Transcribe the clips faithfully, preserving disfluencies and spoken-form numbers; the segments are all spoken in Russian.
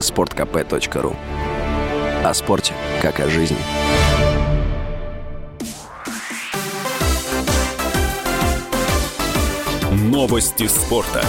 спорт ка пэ точка ру. О спорте, как о жизни. Новости спорта.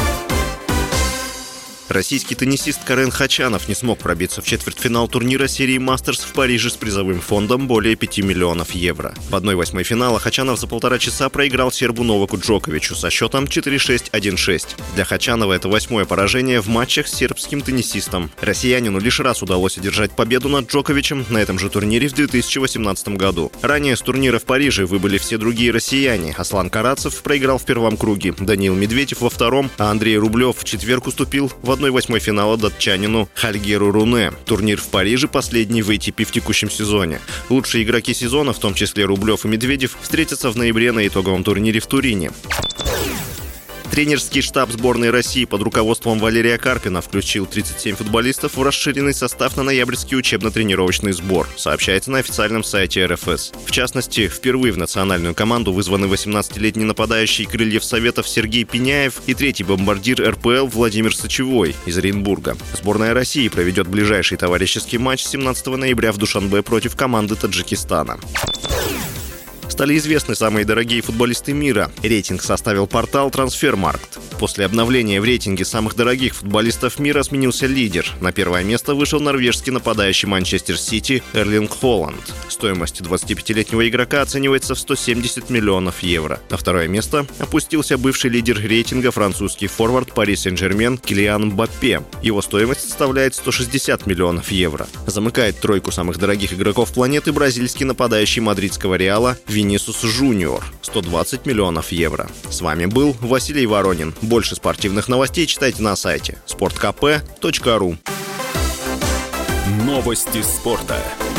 Российский теннисист Карен Хачанов не смог пробиться в четвертьфинал турнира серии «Мастерс» в Париже с призовым фондом более пяти миллионов евро. В одной восьмой финала Хачанов за полтора часа проиграл сербу Новаку Джоковичу со счетом четыре шесть - один шесть. Для Хачанова это восьмое поражение в матчах с сербским теннисистом. Россиянину лишь раз удалось одержать победу над Джоковичем на этом же турнире в две тысячи восемнадцатом году. Ранее с турнира в Париже выбыли все другие россияне. Аслан Карацев проиграл в первом круге, Даниил Медведев во втором, а Андрей Рублев в четверг уступил в одной восьмой финала датчанину Хальгеру Руне. Турнир в Париже последний в эй ти пи в текущем сезоне. Лучшие игроки сезона, в том числе Рублев и Медведев, встретятся в ноябре на итоговом турнире в Турине. Тренерский штаб сборной России под руководством Валерия Карпина включил тридцать семь футболистов в расширенный состав на ноябрьский учебно-тренировочный сбор, сообщается на официальном сайте эр эф эс. В частности, впервые в национальную команду вызваны восемнадцатилетний нападающий крыльев Советов Сергей Пеняев и третий бомбардир эр пэ эл Владимир Сычевой из Оренбурга. Сборная России проведет ближайший товарищеский матч семнадцатого ноября в Душанбе против команды Таджикистана. Стали известны самые дорогие футболисты мира. Рейтинг составил портал Трансфермаркт. После обновления в рейтинге самых дорогих футболистов мира сменился лидер. На первое место вышел норвежский нападающий Манчестер Сити Эрлинг Холланд. Стоимость двадцатипятилетнего игрока оценивается в сто семьдесят миллионов евро. На второе место опустился бывший лидер рейтинга французский форвард Пари Сен-Жермен Килиан Мбаппе. Его стоимость составляет сто шестьдесят миллионов евро. Замыкает тройку самых дорогих игроков планеты бразильский нападающий мадридского Реала Винисиус Жуниор. сто двадцать миллионов евро. С вами был Василий Воронин. Больше спортивных новостей читайте на сайте спорт ка пэ точка ру. Новости спорта.